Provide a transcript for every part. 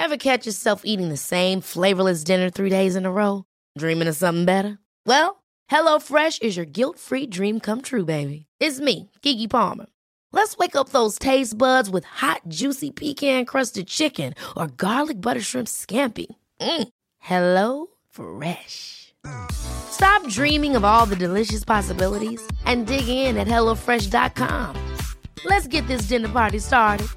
Ever catch yourself eating the same flavorless dinner 3 days in a row? Dreaming of something better? Well, HelloFresh is your guilt-free dream come true, baby. It's me, Keke Palmer. Let's wake up those taste buds with hot, juicy pecan-crusted chicken or garlic butter shrimp scampi. Hello Fresh. Stop dreaming of all the delicious possibilities and dig in at HelloFresh.com. Let's get this dinner party started.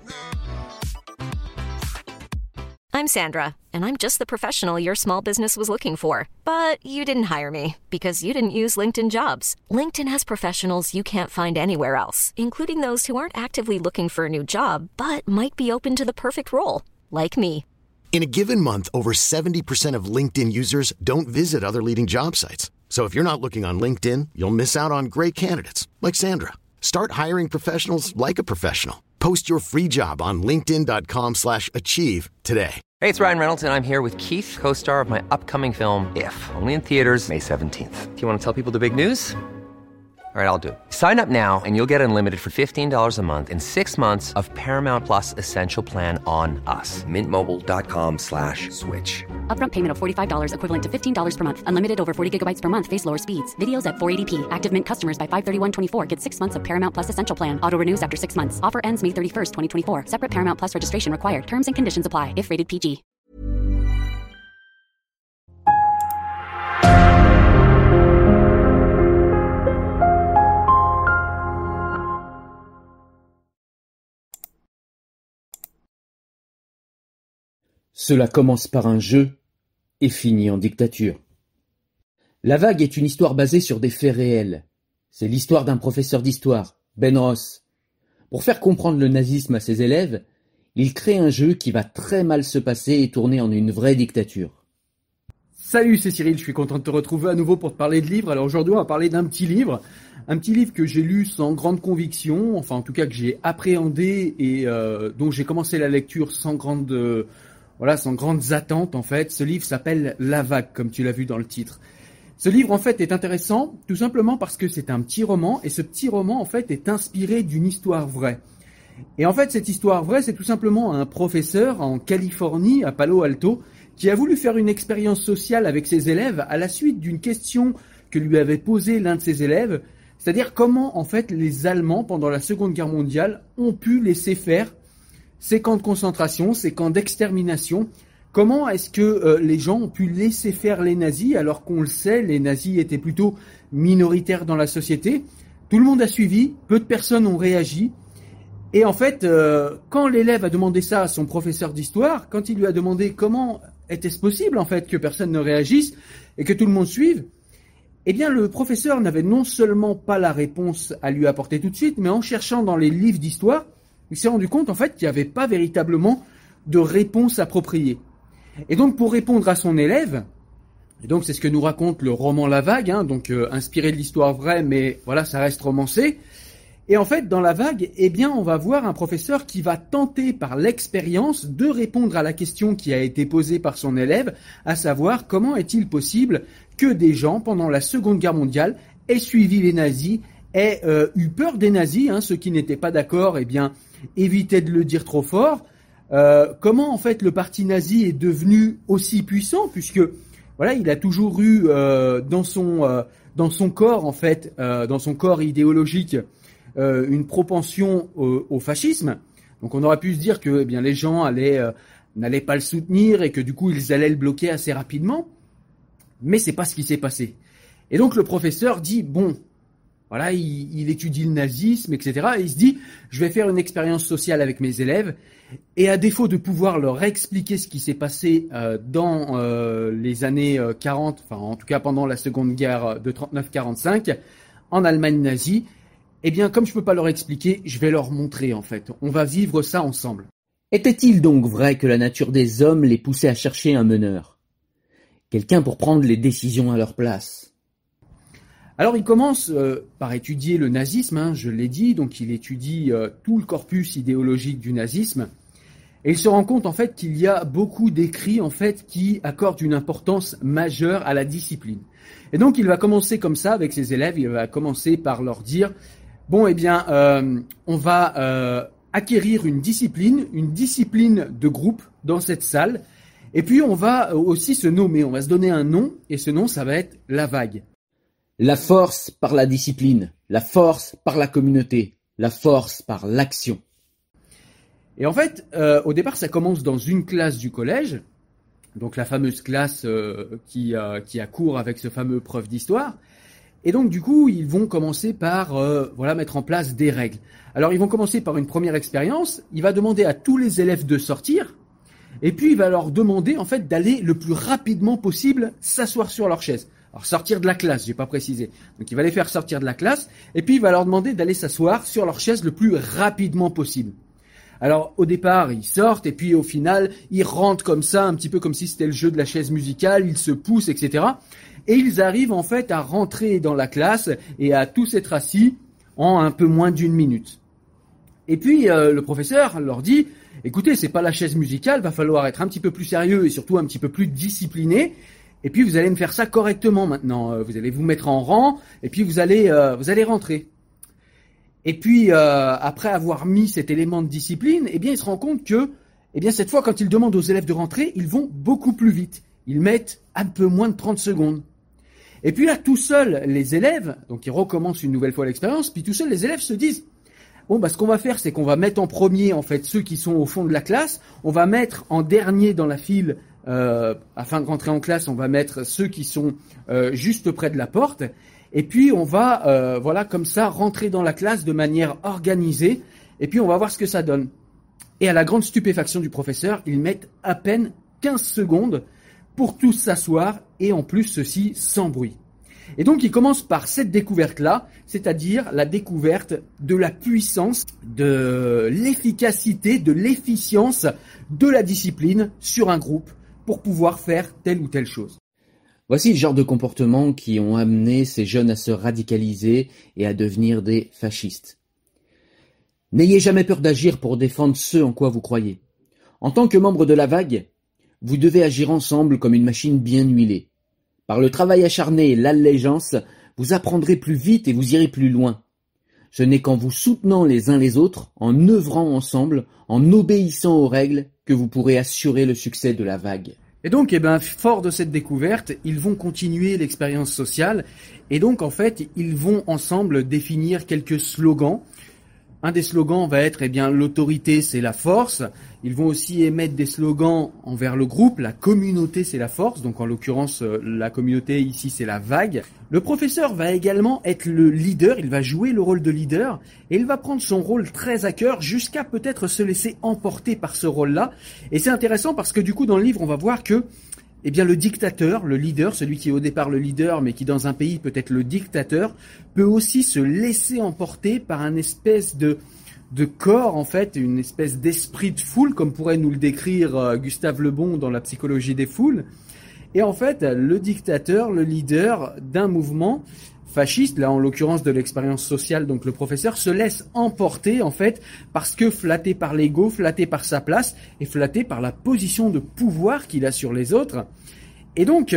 I'm Sandra, and I'm just the professional your small business was looking for. But you didn't hire me because you didn't use LinkedIn Jobs. LinkedIn has professionals you can't find anywhere else, including those who aren't actively looking for a new job, but might be open to the perfect role, like me. In a given month, over 70% of LinkedIn users don't visit other leading job sites. So if you're not looking on LinkedIn, you'll miss out on great candidates like Sandra. Start hiring professionals like a professional. Post your free job on linkedin.com/achieve today. Hey, it's Ryan Reynolds, and I'm here with Keith, co-star of my upcoming film, If, only in theaters May 17th. Do you want to tell people the big news? All right, I'll do it. Sign up now and you'll get unlimited for $15 a month and 6 months of Paramount Plus Essential Plan on us. MintMobile.com/switch. Upfront payment of $45 equivalent to $15 per month. Unlimited over 40 gigabytes per month. Face lower speeds. Videos at 480p. Active Mint customers by 531.24 get 6 months of Paramount Plus Essential Plan. Auto renews after 6 months. Offer ends May 31st, 2024. Separate Paramount Plus registration required. Terms and conditions apply if rated PG. Cela commence par un jeu et finit en dictature. La Vague est une histoire basée sur des faits réels. C'est l'histoire d'un professeur d'histoire, Ben Ross. Pour faire comprendre le nazisme à ses élèves, il crée un jeu qui va très mal se passer et tourner en une vraie dictature. Salut, c'est Cyril, je suis content de te retrouver à nouveau pour te parler de livres. Alors aujourd'hui, on va parler d'un petit livre que j'ai lu sans grande conviction, enfin en tout cas que j'ai appréhendé et dont j'ai commencé la lecture sans grandes attentes en fait. Ce livre s'appelle La Vague, comme tu l'as vu dans le titre. Ce livre en fait est intéressant tout simplement parce que c'est un petit roman et ce petit roman en fait est inspiré d'une histoire vraie. Et en fait cette histoire vraie c'est tout simplement un professeur en Californie, à Palo Alto, qui a voulu faire une expérience sociale avec ses élèves à la suite d'une question que lui avait posée l'un de ses élèves, c'est-à-dire comment en fait les Allemands pendant la Seconde Guerre mondiale ont pu laisser faire ces camps de concentration, ces camps d'extermination. Comment est-ce que les gens ont pu laisser faire les nazis alors qu'on le sait, les nazis étaient plutôt minoritaires dans la société. Tout le monde a suivi, peu de personnes ont réagi. Et en fait, quand l'élève a demandé ça à son professeur d'histoire, quand il lui a demandé comment était-ce possible en fait que personne ne réagisse et que tout le monde suive, eh bien le professeur n'avait non seulement pas la réponse à lui apporter tout de suite, mais en cherchant dans les livres d'histoire, il s'est rendu compte en fait qu'il n'y avait pas véritablement de réponse appropriée. Et donc pour répondre à son élève, et donc c'est ce que nous raconte le roman La Vague, inspiré de l'histoire vraie, mais voilà, ça reste romancé. Et en fait, dans La Vague, eh bien, on va voir un professeur qui va tenter par l'expérience de répondre à la question qui a été posée par son élève, à savoir comment est-il possible que des gens, pendant la Seconde Guerre mondiale, aient suivi les nazis, aient eu peur des nazis, ceux qui n'étaient pas d'accord, eh bien, évitaient de le dire trop fort. Comment en fait le parti nazi est devenu aussi puissant, puisque voilà, il a toujours eu dans son corps en fait, dans son corps idéologique, une propension au fascisme. Donc on aurait pu se dire que les gens n'allaient pas le soutenir et que du coup ils allaient le bloquer assez rapidement, mais c'est pas ce qui s'est passé. Et donc le professeur dit bon, voilà, il étudie le nazisme, etc. Et il se dit, je vais faire une expérience sociale avec mes élèves. Et à défaut de pouvoir leur expliquer ce qui s'est passé dans les années 40, enfin en tout cas pendant la Seconde Guerre de 39-45, en Allemagne nazie, eh bien comme je peux pas leur expliquer, je vais leur montrer en fait. On va vivre ça ensemble. Était-il donc vrai que la nature des hommes les poussait à chercher un meneur? Quelqu'un pour prendre les décisions à leur place? Alors il commence par étudier le nazisme, je l'ai dit, donc il étudie tout le corpus idéologique du nazisme, et il se rend compte en fait qu'il y a beaucoup d'écrits en fait qui accordent une importance majeure à la discipline. Et donc il va commencer comme ça avec ses élèves, il va commencer par leur dire bon on va acquérir une discipline de groupe dans cette salle. Et puis on va aussi se nommer, on va se donner un nom, et ce nom, ça va être la vague. La force par la discipline, la force par la communauté, la force par l'action. Et en fait, au départ, ça commence dans une classe du collège, donc la fameuse classe qui a cours avec ce fameux prof d'histoire. Et donc du coup, ils vont commencer par mettre en place des règles. Alors ils vont commencer par une première expérience. Il va demander à tous les élèves de sortir, et puis il va leur demander en fait d'aller le plus rapidement possible s'asseoir sur leur chaise. Alors sortir de la classe, j'ai pas précisé. Donc il va les faire sortir de la classe, et puis il va leur demander d'aller s'asseoir sur leur chaise le plus rapidement possible. Alors au départ, ils sortent, et puis au final, ils rentrent comme ça, un petit peu comme si c'était le jeu de la chaise musicale, ils se poussent, etc. Et ils arrivent en fait à rentrer dans la classe et à tous être assis en un peu moins d'1 minute. Et puis le professeur leur dit, écoutez, c'est pas la chaise musicale, va falloir être un petit peu plus sérieux et surtout un petit peu plus discipliné. Et puis vous allez me faire ça correctement maintenant. Vous allez vous mettre en rang et puis vous allez rentrer. Et puis après avoir mis cet élément de discipline, eh bien il se rend compte que, eh bien cette fois quand il demande aux élèves de rentrer, ils vont beaucoup plus vite. Ils mettent un peu moins de 30 secondes. Et puis là, tout seuls, les élèves, donc ils recommencent une nouvelle fois l'expérience, puis tout seuls, les élèves se disent, bon, ce qu'on va faire, c'est qu'on va mettre en premier, en fait, ceux qui sont au fond de la classe, on va mettre en dernier dans la file, afin de rentrer en classe, on va mettre ceux qui sont juste près de la porte, et puis on va, comme ça, rentrer dans la classe de manière organisée, et puis on va voir ce que ça donne. Et à la grande stupéfaction du professeur, ils mettent à peine 15 secondes pour tous s'asseoir, et en plus ceci sans bruit. Et donc il commence par cette découverte-là, c'est-à-dire la découverte de la puissance, de l'efficacité, de l'efficience de la discipline sur un groupe pour pouvoir faire telle ou telle chose. Voici le genre de comportements qui ont amené ces jeunes à se radicaliser et à devenir des fascistes. N'ayez jamais peur d'agir pour défendre ceux en quoi vous croyez. En tant que membre de la vague, vous devez agir ensemble comme une machine bien huilée. Par le travail acharné et l'allégeance, vous apprendrez plus vite et vous irez plus loin. Ce n'est qu'en vous soutenant les uns les autres, en œuvrant ensemble, en obéissant aux règles, que vous pourrez assurer le succès de la vague. Et donc, fort de cette découverte, ils vont continuer l'expérience sociale, et donc en fait, ils vont ensemble définir quelques slogans. Un des slogans va être, l'autorité c'est la force. Ils vont aussi émettre des slogans envers le groupe, la communauté c'est la force, donc en l'occurrence la communauté ici c'est la vague. Le professeur va également être le leader, il va jouer le rôle de leader, et il va prendre son rôle très à cœur jusqu'à peut-être se laisser emporter par ce rôle-là. Et c'est intéressant parce que du coup dans le livre on va voir que le dictateur, le leader, celui qui est au départ le leader, mais qui dans un pays peut être le dictateur, peut aussi se laisser emporter par un espèce de corps, en fait, une espèce d'esprit de foule, comme pourrait nous le décrire Gustave Le Bon dans La psychologie des foules. Et en fait, le dictateur, le leader d'un mouvement fasciste, là en l'occurrence de l'expérience sociale, donc le professeur se laisse emporter en fait parce que flatté par l'ego, flatté par sa place et flatté par la position de pouvoir qu'il a sur les autres. Et donc,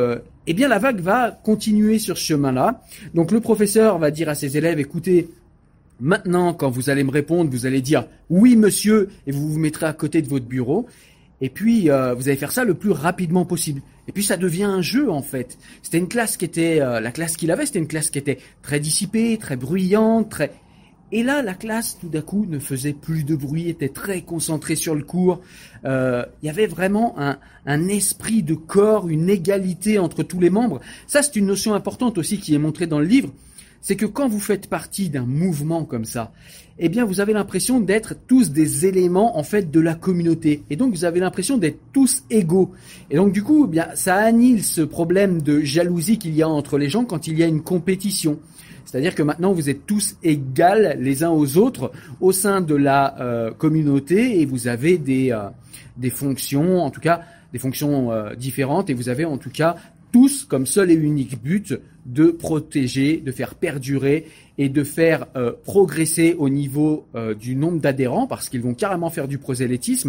la vague va continuer sur ce chemin-là. Donc le professeur va dire à ses élèves, écoutez, maintenant quand vous allez me répondre, vous allez dire oui monsieur et vous vous mettrez à côté de votre bureau. Et puis, vous allez faire ça le plus rapidement possible. Et puis, ça devient un jeu, en fait. C'était une classe qui était... la classe qu'il avait, c'était une classe qui était très dissipée, très bruyante, très... Et là, la classe, tout d'un coup, ne faisait plus de bruit, était très concentrée sur le cours. Il y avait vraiment un esprit de corps, une égalité entre tous les membres. Ça, c'est une notion importante aussi qui est montrée dans le livre. C'est que quand vous faites partie d'un mouvement comme ça, vous avez l'impression d'être tous des éléments en fait de la communauté. Et donc vous avez l'impression d'être tous égaux. Et donc du coup, ça annule ce problème de jalousie qu'il y a entre les gens quand il y a une compétition. C'est-à-dire que maintenant vous êtes tous égaux les uns aux autres au sein de la communauté et vous avez des fonctions, en tout cas des fonctions différentes et vous avez en tout cas tous comme seul et unique but de protéger, de faire perdurer et de faire progresser au niveau du nombre d'adhérents parce qu'ils vont carrément faire du prosélytisme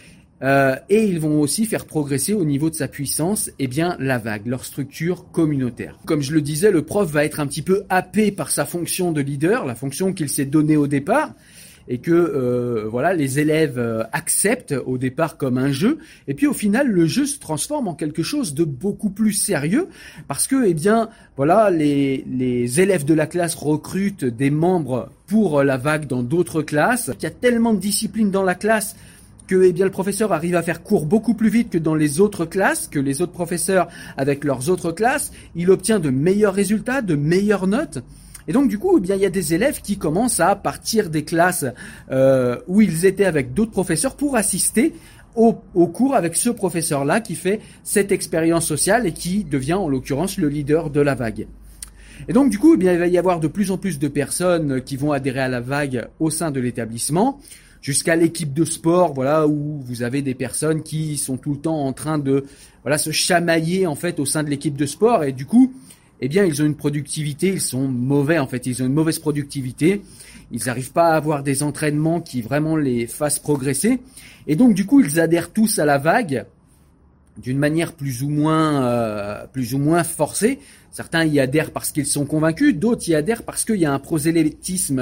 et ils vont aussi faire progresser au niveau de sa puissance la vague, leur structure communautaire. Comme je le disais, le prof va être un petit peu happé par sa fonction de leader, la fonction qu'il s'est donnée au départ et que voilà, les élèves acceptent au départ comme un jeu, et puis au final le jeu se transforme en quelque chose de beaucoup plus sérieux parce que eh bien voilà, les élèves de la classe recrutent des membres pour la vague dans d'autres classes. Il y a tellement de disciplines dans la classe que eh bien le professeur arrive à faire cours beaucoup plus vite que dans les autres classes, que les autres professeurs avec leurs autres classes. Il obtient de meilleurs résultats, de meilleures notes. Et donc du coup, eh bien il y a des élèves qui commencent à partir des classes où ils étaient avec d'autres professeurs pour assister au cours avec ce professeur-là qui fait cette expérience sociale et qui devient en l'occurrence le leader de la vague. Et donc du coup, eh bien il va y avoir de plus en plus de personnes qui vont adhérer à la vague au sein de l'établissement, jusqu'à l'équipe de sport, voilà, où vous avez des personnes qui sont tout le temps en train de voilà se chamailler en fait au sein de l'équipe de sport, et du coup eh bien ils ont une productivité, ils sont mauvais en fait, ils ont une mauvaise productivité, ils n'arrivent pas à avoir des entraînements qui vraiment les fassent progresser, et donc du coup ils adhèrent tous à la vague d'une manière plus ou moins forcée. Certains y adhèrent parce qu'ils sont convaincus, d'autres y adhèrent parce qu'il y a un prosélytisme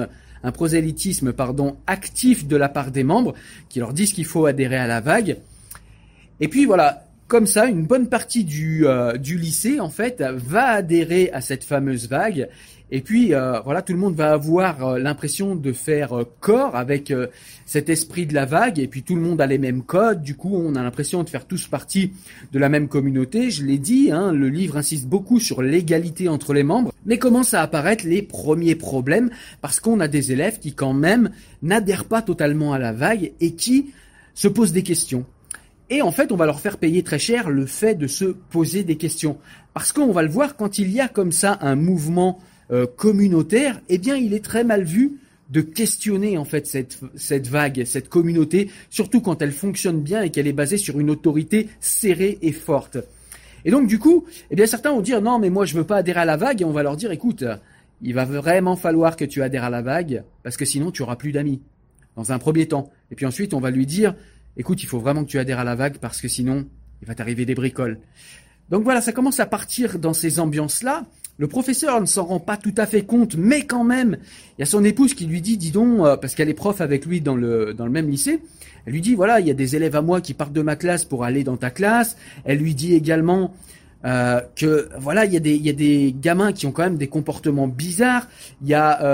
actif de la part des membres qui leur disent qu'il faut adhérer à la vague. Et puis voilà, comme ça, une bonne partie du lycée en fait va adhérer à cette fameuse vague. Et puis voilà, tout le monde va avoir l'impression de faire corps avec cet esprit de la vague, et puis tout le monde a les mêmes codes. Du coup, on a l'impression de faire tous partie de la même communauté. Je l'ai dit, hein, le livre insiste beaucoup sur l'égalité entre les membres, mais commencent à apparaître les premiers problèmes parce qu'on a des élèves qui quand même n'adhèrent pas totalement à la vague et qui se posent des questions. Et en fait, on va leur faire payer très cher le fait de se poser des questions, parce qu'on va le voir, quand il y a comme ça un mouvement communautaire, eh bien il est très mal vu de questionner en fait cette vague, cette communauté, surtout quand elle fonctionne bien et qu'elle est basée sur une autorité serrée et forte. Et donc du coup, eh bien certains vont dire non mais moi je veux pas adhérer à la vague, et on va leur dire écoute, il va vraiment falloir que tu adhères à la vague parce que sinon tu auras plus d'amis dans un premier temps. Et puis ensuite on va lui dire écoute, il faut vraiment que tu adhères à la vague parce que sinon il va t'arriver des bricoles. Donc voilà, ça commence à partir dans ces ambiances-là. Le professeur ne s'en rend pas tout à fait compte, mais quand même, il y a son épouse qui lui dit, dis donc, parce qu'elle est prof avec lui dans le même lycée, elle lui dit, voilà, il y a des élèves à moi qui partent de ma classe pour aller dans ta classe. Elle lui dit également que voilà, il y a des gamins qui ont quand même des comportements bizarres. Il y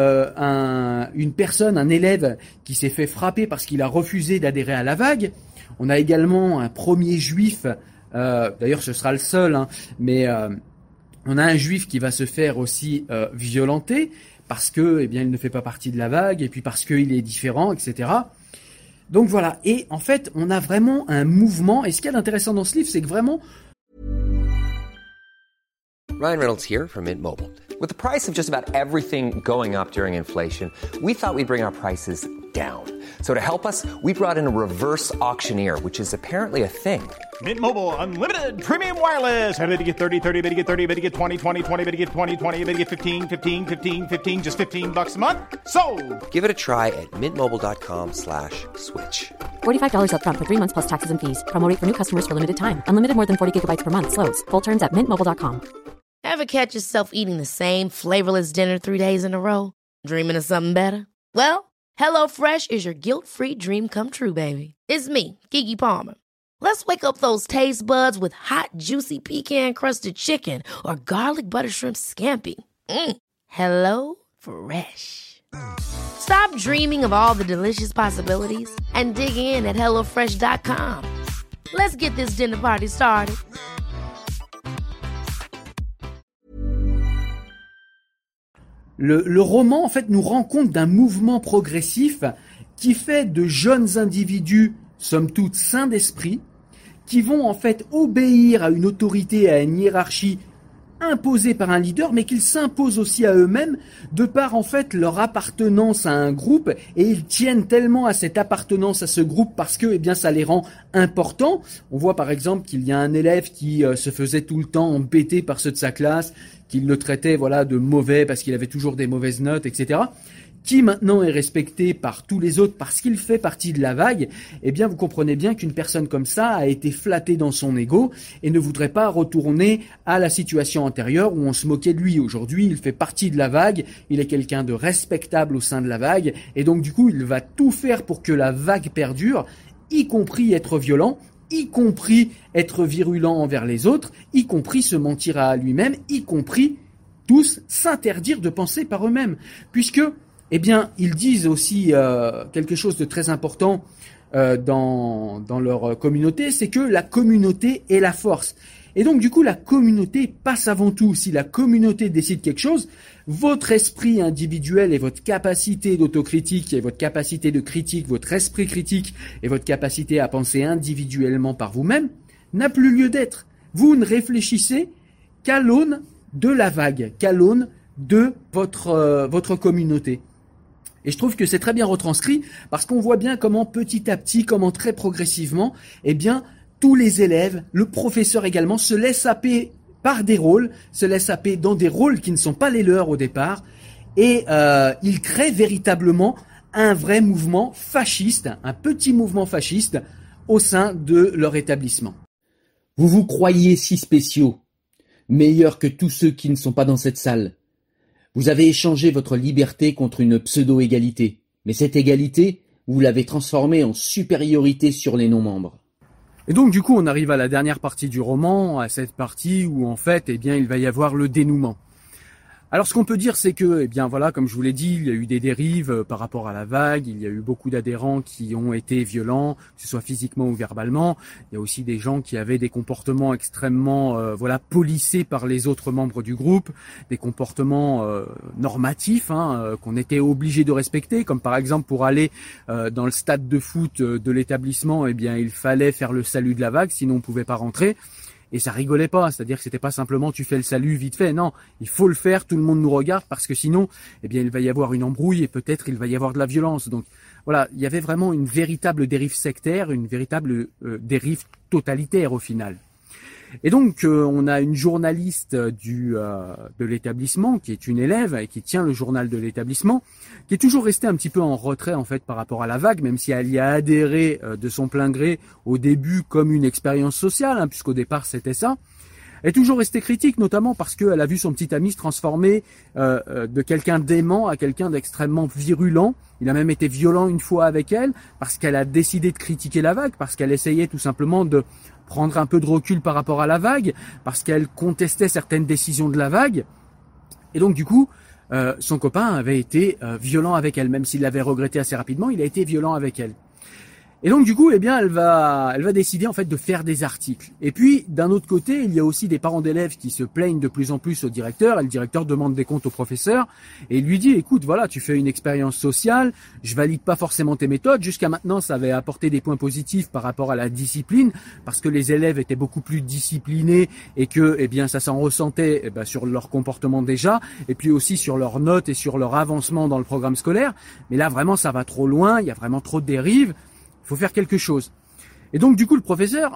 a une personne, un élève qui s'est fait frapper parce qu'il a refusé d'adhérer à la vague. On a également un premier juif, d'ailleurs ce sera le seul, hein, mais on a un juif qui va se faire aussi violenter parce que, eh bien, il ne fait pas partie de la vague, et puis parce qu'il est différent, etc. Donc voilà. Et en fait, on a vraiment un mouvement. Et ce qu'il y a d'intéressant dans ce livre, c'est que vraiment. Ryan Reynolds here from Mint Mobile. With the price of just about everything going up during inflation, we thought we'd bring our prices down. So to help us, we brought in a reverse auctioneer, which is apparently a thing. Mint Mobile Unlimited Premium Wireless. How to get 30, 30, bit to get 30, bit to get 20, 20, 20, bit to get 20, 20, bit to get 15, 15, 15, 15, just $15 a month? Sold! Give it a try at mintmobile.com/switch. $45 up front for 3 months plus taxes and fees. Promo rate for new customers for limited time. Unlimited more than 40 gigabytes per month. Slows full terms at mintmobile.com. Ever catch yourself eating the same flavorless dinner 3 days in a row? Dreaming of something better? Well, HelloFresh is your guilt-free dream come true, baby. It's me, Keke Palmer. Let's wake up those taste buds with hot, juicy pecan-crusted chicken or garlic butter shrimp scampi. Hello Fresh. Stop dreaming of all the delicious possibilities and dig in at HelloFresh.com. Let's get this dinner party started. Le roman, en fait, nous rend compte d'un mouvement progressif qui fait de jeunes individus, somme toute sains d'esprit, qui vont en fait obéir à une autorité, à une hiérarchie imposée par un leader, mais qu'ils s'imposent aussi à eux-mêmes de par en fait leur appartenance à un groupe, et ils tiennent tellement à cette appartenance à ce groupe parce que, eh bien, ça les rend importants. On voit par exemple qu'il y a un élève qui se faisait tout le temps embêter par ceux de sa classe, qu'il le traitait voilà de mauvais parce qu'il avait toujours des mauvaises notes, etc., qui maintenant est respecté par tous les autres parce qu'il fait partie de la vague, eh bien vous comprenez bien qu'une personne comme ça a été flattée dans son ego et ne voudrait pas retourner à la situation antérieure où on se moquait de lui. Aujourd'hui, il fait partie de la vague, il est quelqu'un de respectable au sein de la vague et donc du coup, il va tout faire pour que la vague perdure, y compris être violent, y compris être virulent envers les autres, y compris se mentir à lui-même, y compris tous s'interdire de penser par eux-mêmes. Puisque eh bien, ils disent aussi quelque chose de très important dans leur communauté, c'est que la communauté est la force. Et donc, du coup, la communauté passe avant tout. Si la communauté décide quelque chose, votre esprit individuel et votre capacité d'autocritique et votre capacité de critique, votre esprit critique et votre capacité à penser individuellement par vous-même n'a plus lieu d'être. Vous ne réfléchissez qu'à l'aune de la vague, qu'à l'aune de votre communauté. Et je trouve que c'est très bien retranscrit parce qu'on voit bien comment petit à petit, comment très progressivement, eh bien, tous les élèves, le professeur également, se laissent happer par des rôles, se laissent happer dans des rôles qui ne sont pas les leurs au départ, et ils créent véritablement un vrai mouvement fasciste, un petit mouvement fasciste au sein de leur établissement. Vous vous croyez si spéciaux, meilleurs que tous ceux qui ne sont pas dans cette salle. Vous avez échangé votre liberté contre une pseudo-égalité, mais cette égalité, vous l'avez transformée en supériorité sur les non-membres. Et donc du coup, on arrive à la dernière partie du roman, à cette partie où en fait, eh bien, il va y avoir le dénouement. Alors ce qu'on peut dire, c'est que, eh bien voilà, comme je vous l'ai dit, il y a eu des dérives par rapport à la vague, il y a eu beaucoup d'adhérents qui ont été violents, que ce soit physiquement ou verbalement. Il y a aussi des gens qui avaient des comportements extrêmement, policés par les autres membres du groupe, des comportements normatifs qu'on était obligé de respecter, comme par exemple pour aller dans le stade de foot de l'établissement, eh bien il fallait faire le salut de la vague, sinon on pouvait pas rentrer. Et ça rigolait pas, c'est-à-dire que c'était pas simplement tu fais le salut vite fait, non, il faut le faire, tout le monde nous regarde parce que sinon, eh bien, il va y avoir une embrouille et peut-être il va y avoir de la violence. Donc voilà, il y avait vraiment une véritable dérive sectaire, une véritable dérive totalitaire au final. Et donc on a une journaliste de l'établissement qui est une élève et qui tient le journal de l'établissement, qui est toujours restée un petit peu en retrait en fait par rapport à la vague, même si elle y a adhéré de son plein gré au début comme une expérience sociale, puisqu'au départ c'était ça. Elle est toujours restée critique, notamment parce qu'elle a vu son petit ami se transformer de quelqu'un d'aimant à quelqu'un d'extrêmement virulent. Il a même été violent une fois avec elle, parce qu'elle a décidé de critiquer la vague, parce qu'elle essayait tout simplement de prendre un peu de recul par rapport à la vague, parce qu'elle contestait certaines décisions de la vague. Et donc du coup, son copain avait été violent avec elle, même s'il l'avait regretté assez rapidement, il a été violent avec elle. Et donc du coup, eh bien, elle va décider en fait de faire des articles. Et puis d'un autre côté, il y a aussi des parents d'élèves qui se plaignent de plus en plus au directeur. Et le directeur demande des comptes au professeur et il lui dit écoute, voilà, tu fais une expérience sociale, je valide pas forcément tes méthodes. Jusqu'à maintenant, ça avait apporté des points positifs par rapport à la discipline, parce que les élèves étaient beaucoup plus disciplinés et que, eh bien, ça s'en ressentait sur leur comportement déjà, et puis aussi sur leurs notes et sur leur avancement dans le programme scolaire. Mais là, vraiment, ça va trop loin. Il y a vraiment trop de dérives. Il faut faire quelque chose. Et donc du coup le professeur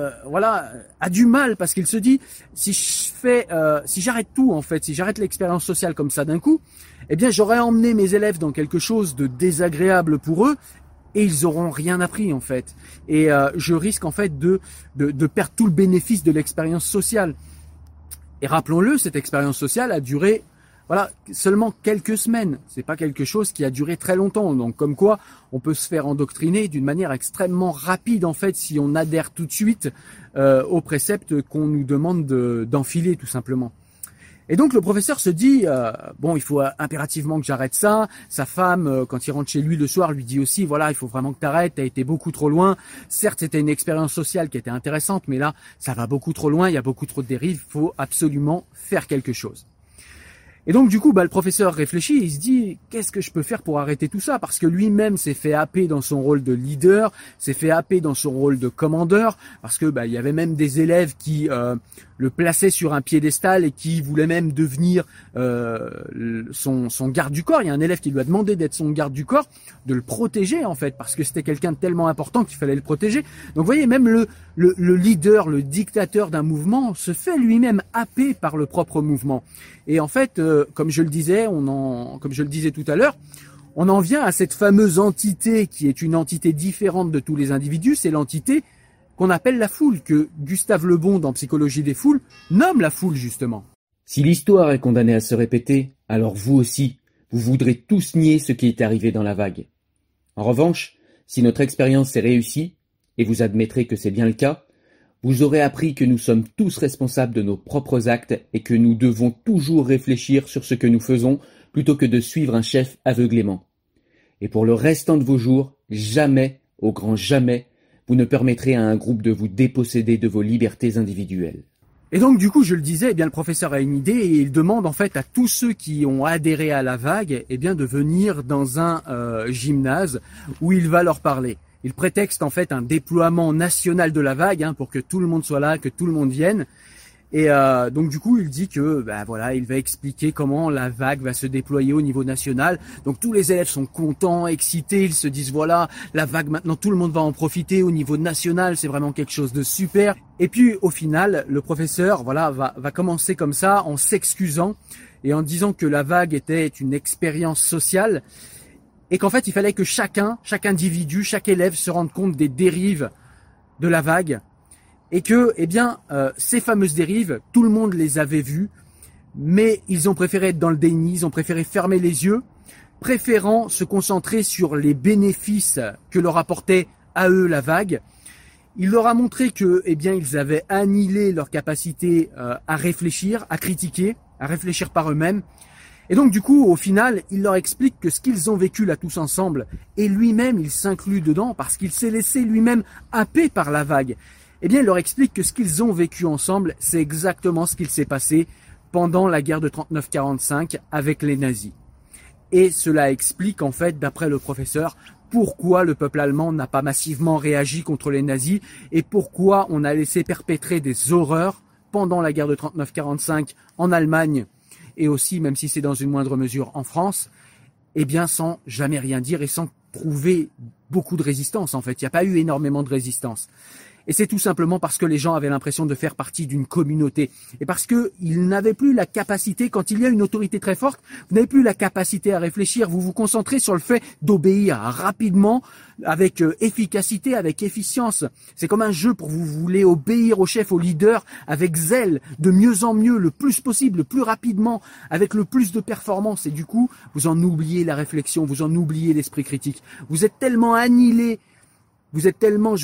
a du mal parce qu'il se dit si j'arrête tout en fait, si j'arrête l'expérience sociale comme ça d'un coup, eh bien j'aurais emmené mes élèves dans quelque chose de désagréable pour eux et ils auront rien appris en fait. Et je risque en fait de perdre tout le bénéfice de l'expérience sociale. Et rappelons-le, cette expérience sociale a duré seulement quelques semaines. C'est pas quelque chose qui a duré très longtemps. Donc, comme quoi, on peut se faire endoctriner d'une manière extrêmement rapide, en fait, si on adhère tout de suite aux préceptes qu'on nous demande d'enfiler, tout simplement. Et donc, le professeur se dit, il faut impérativement que j'arrête ça. Sa femme, quand il rentre chez lui le soir, lui dit aussi, voilà, il faut vraiment que t'arrêtes, t'as été beaucoup trop loin. Certes, c'était une expérience sociale qui était intéressante, mais là, ça va beaucoup trop loin, il y a beaucoup trop de dérives, il faut absolument faire quelque chose. Et donc du coup, le professeur réfléchit, il se dit qu'est-ce que je peux faire pour arrêter tout ça, parce que lui-même s'est fait happer dans son rôle de leader, s'est fait happer dans son rôle de commandeur, parce que il y avait même des élèves qui le plaçaient sur un piédestal et qui voulaient même devenir son garde du corps. Il y a un élève qui lui a demandé d'être son garde du corps, de le protéger en fait, parce que c'était quelqu'un de tellement important qu'il fallait le protéger. Donc vous voyez, même le leader, le dictateur d'un mouvement se fait lui-même happer par le propre mouvement. Et en fait, comme je le disais tout à l'heure, on en vient à cette fameuse entité qui est une entité différente de tous les individus, c'est l'entité qu'on appelle la foule, que Gustave Le Bon, dans Psychologie des foules, nomme la foule justement. Si l'histoire est condamnée à se répéter, alors vous aussi, vous voudrez tous nier ce qui est arrivé dans la vague. En revanche, si notre expérience est réussie, et vous admettrez que c'est bien le cas, vous aurez appris que nous sommes tous responsables de nos propres actes et que nous devons toujours réfléchir sur ce que nous faisons plutôt que de suivre un chef aveuglément. Et pour le restant de vos jours, jamais, au grand jamais, vous ne permettrez à un groupe de vous déposséder de vos libertés individuelles. Et donc du coup, je le disais, eh bien le professeur a une idée et il demande en fait à tous ceux qui ont adhéré à la vague, eh bien de venir dans un gymnase où il va leur parler. Il prétexte en fait un déploiement national de la vague pour que tout le monde soit là, que tout le monde vienne. Et donc du coup, il dit que voilà, il va expliquer comment la vague va se déployer au niveau national. Donc tous les élèves sont contents, excités, ils se disent voilà, la vague maintenant tout le monde va en profiter au niveau national, c'est vraiment quelque chose de super. Et puis au final, le professeur va commencer comme ça en s'excusant et en disant que la vague était une expérience sociale et qu'en fait, il fallait que chaque individu, chaque élève se rende compte des dérives de la vague. Et que, ces fameuses dérives, tout le monde les avait vues, mais ils ont préféré être dans le déni, ils ont préféré fermer les yeux, préférant se concentrer sur les bénéfices que leur apportait à eux la vague. Il leur a montré que, ils avaient annihilé leur capacité à réfléchir, à critiquer, à réfléchir par eux-mêmes. Et donc, du coup, au final, il leur explique que ce qu'ils ont vécu là tous ensemble, et lui-même, il s'inclut dedans parce qu'il s'est laissé lui-même happer par la vague. Il leur explique que ce qu'ils ont vécu ensemble, c'est exactement ce qu'il s'est passé pendant la guerre de 39-45 avec les nazis. Et cela explique, en fait, d'après le professeur, pourquoi le peuple allemand n'a pas massivement réagi contre les nazis et pourquoi on a laissé perpétrer des horreurs pendant la guerre de 39-45 en Allemagne et aussi, même si c'est dans une moindre mesure, en France, sans jamais rien dire et sans trouver beaucoup de résistance, en fait. Il n'y a pas eu énormément de résistance. Et c'est tout simplement parce que les gens avaient l'impression de faire partie d'une communauté. Et parce qu'ils n'avaient plus la capacité, quand il y a une autorité très forte, vous n'avez plus la capacité à réfléchir. Vous vous concentrez sur le fait d'obéir rapidement, avec efficacité, avec efficience. C'est comme un jeu pour vous voulez obéir au chef, au leader, avec zèle, de mieux en mieux, le plus possible, le plus rapidement, avec le plus de performance. Et du coup, vous en oubliez la réflexion, vous en oubliez l'esprit critique. Vous êtes tellement annihilé. Vous êtes tellement,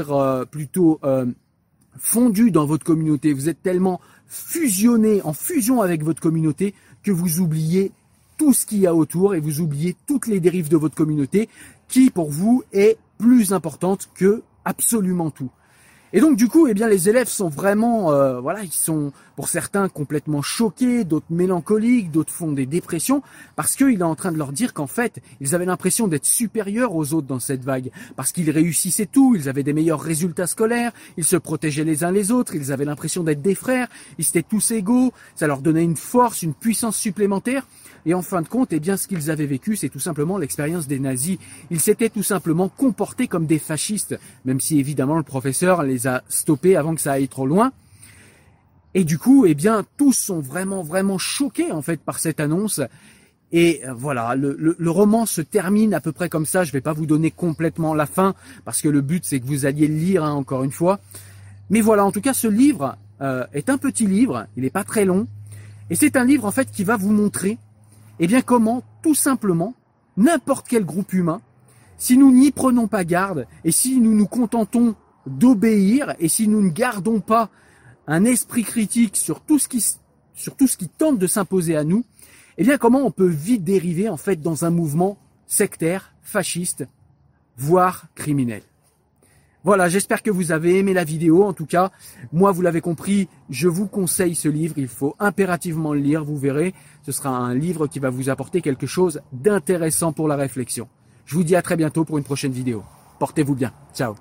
fondu dans votre communauté, vous êtes tellement fusionné, en fusion avec votre communauté, que vous oubliez tout ce qu'il y a autour et vous oubliez toutes les dérives de votre communauté qui, pour vous, est plus importante que absolument tout. Et donc du coup, les élèves sont vraiment, ils sont pour certains complètement choqués, d'autres mélancoliques, d'autres font des dépressions, parce qu'il est en train de leur dire qu'en fait, ils avaient l'impression d'être supérieurs aux autres dans cette vague, parce qu'ils réussissaient tout, ils avaient des meilleurs résultats scolaires, ils se protégeaient les uns les autres, ils avaient l'impression d'être des frères, ils étaient tous égaux, ça leur donnait une force, une puissance supplémentaire. Et en fin de compte, ce qu'ils avaient vécu, c'est tout simplement l'expérience des nazis. Ils s'étaient tout simplement comportés comme des fascistes, même si évidemment le professeur les a stoppés avant que ça aille trop loin. Et du coup, tous sont vraiment, vraiment choqués en fait par cette annonce. Et voilà, le roman se termine à peu près comme ça. Je vais pas vous donner complètement la fin, parce que le but c'est que vous alliez le lire, encore une fois. Mais voilà, en tout cas, ce livre est un petit livre, il n'est pas très long. Et c'est un livre en fait qui va vous montrer comment, tout simplement, n'importe quel groupe humain, si nous n'y prenons pas garde, et si nous nous contentons d'obéir, et si nous ne gardons pas un esprit critique sur tout ce qui tente de s'imposer à nous, comment on peut vite dériver, en fait, dans un mouvement sectaire, fasciste, voire criminel. Voilà, j'espère que vous avez aimé la vidéo. En tout cas, moi, vous l'avez compris, je vous conseille ce livre. Il faut impérativement le lire, vous verrez. Ce sera un livre qui va vous apporter quelque chose d'intéressant pour la réflexion. Je vous dis à très bientôt pour une prochaine vidéo. Portez-vous bien. Ciao.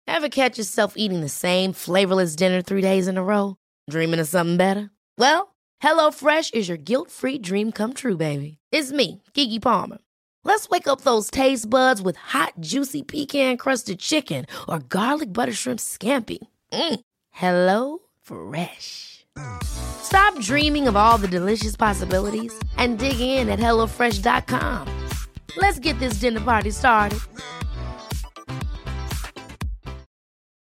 Ever catch yourself eating the same flavorless dinner 3 days in a row? Dreaming of something better? Well, HelloFresh is your guilt-free dream come true, baby. It's me, Keke Palmer. Let's wake up those taste buds with hot, juicy pecan-crusted chicken or garlic butter shrimp scampi. Hello Fresh. Stop dreaming of all the delicious possibilities and dig in at HelloFresh.com. Let's get this dinner party started.